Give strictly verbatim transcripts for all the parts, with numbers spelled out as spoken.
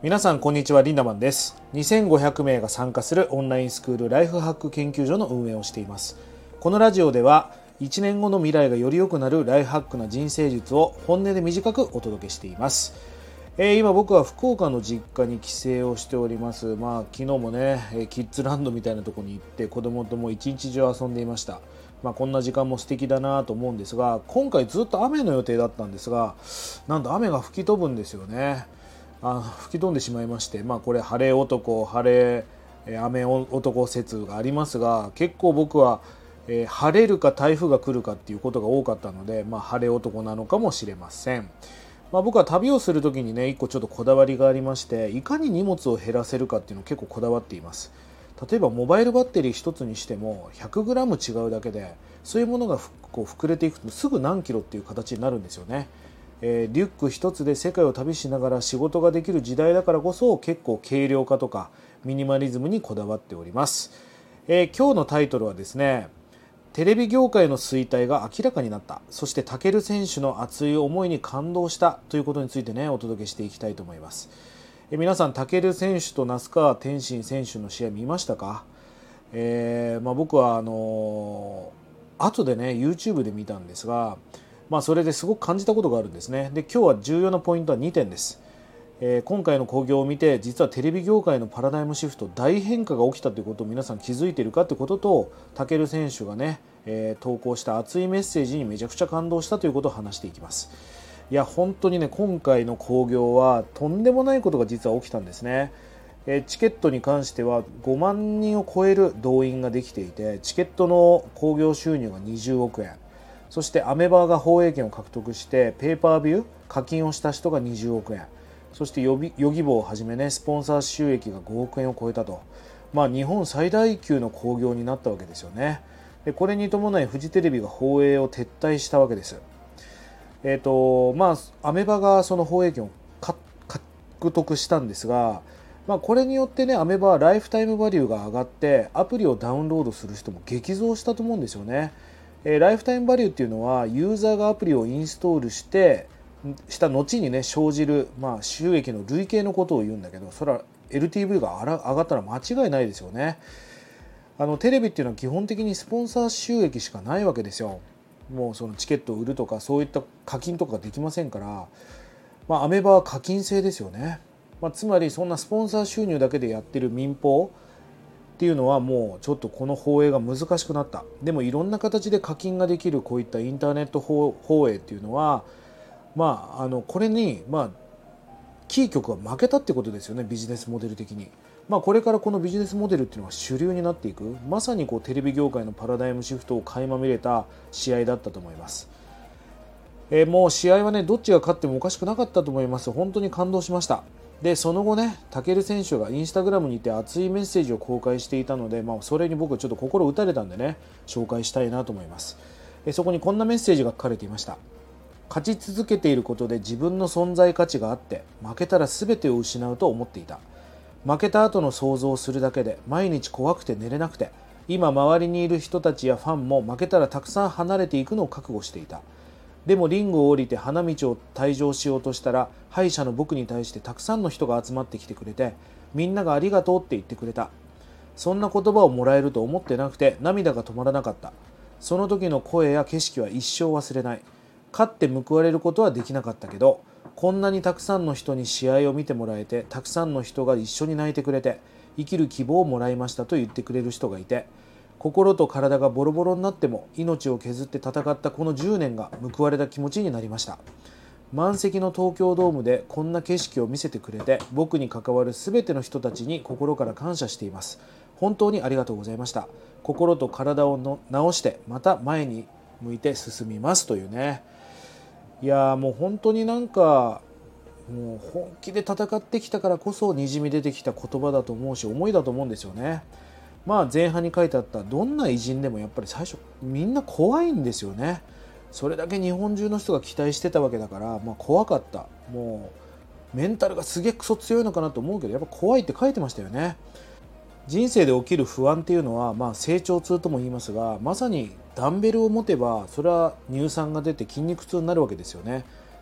皆さんこんにちは、リンダマンです。にせんごひゃくめいが参加するオンラインスクールライフハック研究所の運営をしています。このラジオではいちねんごの未来がより良くなるライフハックな人生術を本音で短くお届けしています。えー、今僕は福岡の実家に帰省をしております。まあ昨日もね、キッズランドみたいなところに行って子供とも一日中遊んでいました。まあこんな時間も素敵だなと思うんですが、今回ずっと雨の予定だったんですが、なんと雨が吹き飛ぶんですよね。あ吹き飛んでしまいまして、まあこれ晴れ男晴れ雨男説がありますが、結構僕は、えー、晴れるか台風が来るかっていうことが多かったので、まあ、晴れ男なのかもしれません。まあ、僕は旅をするときにね、一個ちょっとこだわりがありまして、いかに荷物を減らせるかっていうのを結構こだわっています。例えばモバイルバッテリー一つにしても ひゃくグラム 違うだけで、そういうものがこう膨れていくとすぐ何キロっていう形になるんですよね。えー、リュック一つで世界を旅しながら仕事ができる時代だからこそ、結構軽量化とかミニマリズムにこだわっております。えー、今日のタイトルはですね、テレビ業界の衰退が明らかになった、そしてタケル選手の熱い思いに感動したということについてね、お届けしていきたいと思います。えー、皆さんタケル選手と那須川天心選手の試合見ましたか？えーまあ、僕はあのー、後でね YouTube で見たんですが、まあ、それですごく感じたことがあるんですね。で、今日は重要なポイントはにてんです。えー、今回の興行を見て、実はテレビ業界のパラダイムシフト、大変化が起きたということを皆さん気づいているかということと、タケル選手がね、えー、投稿した熱いメッセージにめちゃくちゃ感動したということを話していきます。いや本当にね、今回の興行はとんでもないことが実は起きたんですね。えー、チケットに関してはごまんにんを超える動員ができていて、チケットの興行収入がにじゅうおくえん、そしてアメバーが放映権を獲得してペーパービュー課金をした人がにじゅうおくえん、そしてヨギボーをはじめね、スポンサー収益がごおくえんを超えたと、まあ、日本最大級の興行になったわけですよね。でこれに伴いフジテレビが放映を撤退したわけです。えっとまあアメバがその放映権を獲得したんですが、まあ、これによってね、アメバはライフタイムバリューが上がってアプリをダウンロードする人も激増したと思うんですよね。えー、ライフタイムバリューっていうのはユーザーがアプリをインストールしてした後にね生じる、まあ、収益の累計のことを言うんだけど、それは エルティーブイ が上がったら間違いないですよね。あのテレビっていうのは基本的にスポンサー収益しかないわけですよ。もうそのチケットを売るとかそういった課金とかできませんから、まあ、アメバは課金制ですよね。まあ、つまりそんなスポンサー収入だけでやってる民放っていうのはもうちょっとこの放映が難しくなった。でもいろんな形で課金ができるこういったインターネット放映っていうのは、まあ、あのこれに、まあ、キー局は負けたってことですよね、ビジネスモデル的に。まあ、これからこのビジネスモデルっていうのは主流になっていく、まさにこうテレビ業界のパラダイムシフトを垣間見れた試合だったと思います。えー、もう試合はね、どっちが勝ってもおかしくなかったと思います。本当に感動しました。でその後ね、タケル選手がインスタグラムにて熱いメッセージを公開していたので、まあ、それに僕はちょっと心打たれたんでね、紹介したいなと思います。えそこにこんなメッセージが書かれていました。勝ち続けていることで自分の存在価値があって、負けたら全てを失うと思っていた。負けた後の想像をするだけで毎日怖くて寝れなくて、今周りにいる人たちやファンも負けたらたくさん離れていくのを覚悟していた。でもリングを降りて花道を退場しようとしたら、敗者の僕に対してたくさんの人が集まってきてくれて、みんながありがとうって言ってくれた。そんな言葉をもらえると思ってなくて涙が止まらなかった。その時の声や景色は一生忘れない。勝って報われることはできなかったけど、こんなにたくさんの人に試合を見てもらえて、たくさんの人が一緒に泣いてくれて、生きる希望をもらいましたと言ってくれる人がいて、心と体がボロボロになっても命を削って戦ったこのじゅうねんが報われた気持ちになりました。満席の東京ドームでこんな景色を見せてくれて、僕に関わるすべての人たちに心から感謝しています。本当にありがとうございました。心と体をの治してまた前に向いて進みますというね。いやもう本当になんかもう本気で戦ってきたからこそにじみ出てきた言葉だと思うし、思いだと思うんですよね。まあ前半に書いてあったどんな偉人でもやっぱり最初みんな怖いんですよね。それだけ日本中の人が期待してたわけだから、まあ、怖かった。もうメンタルがすげえクソ強いのかなと思うけど、やっぱ怖いって書いてましたよね。人生で起きる不安っていうのは、まあ、成長痛とも言いますが、まさにダンベルを持てばそれは乳酸が出て筋肉痛になるわけですよね。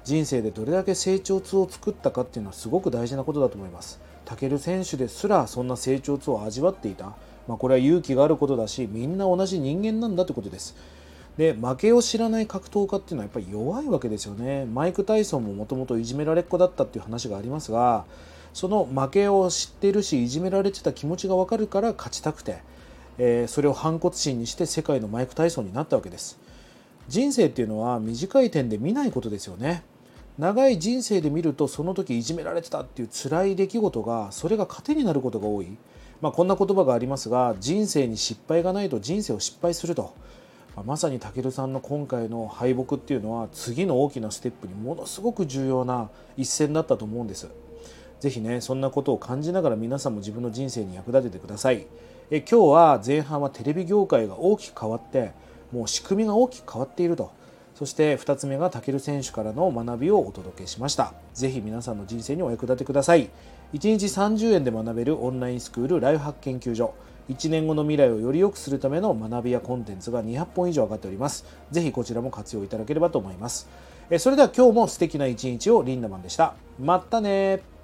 人生でどれだけ成長痛を作ったかっていうのはすごく大事なことだと思います。武選手ですらそんな成長痛を味わっていた、まあ、これは勇気があることだし、みんな同じ人間なんだということです。で、負けを知らない格闘家っていうのはやっぱり弱いわけですよね。マイク・タイソンももともといじめられっ子だったっていう話がありますが、その負けを知っているし、いじめられてた気持ちが分かるから勝ちたくて、えー、それを反骨心にして世界のマイク・タイソンになったわけです。人生っていうのは短い点で見ないことですよね。長い人生で見ると、その時いじめられてたっていう辛い出来事が、それが糧になることが多い。まあ、こんな言葉がありますが、人生に失敗がないと人生を失敗すると。まさに武さんの今回の敗北っていうのは、次の大きなステップにものすごく重要な一戦だったと思うんです。ぜひね、そんなことを感じながら皆さんも自分の人生に役立ててください。え今日は前半はテレビ業界が大きく変わって、もう仕組みが大きく変わっていると。そしてふたつめが武選手からの学びをお届けしました。ぜひ皆さんの人生にお役立てください。いちにちさんじゅうえんで学べるオンラインスクールライフハック研究所。いちねんごの未来をより良くするための学びやコンテンツがにひゃっぽん以上上がっております。ぜひこちらも活用いただければと思います。それでは今日も素敵な一日を。リンダマンでした。またね。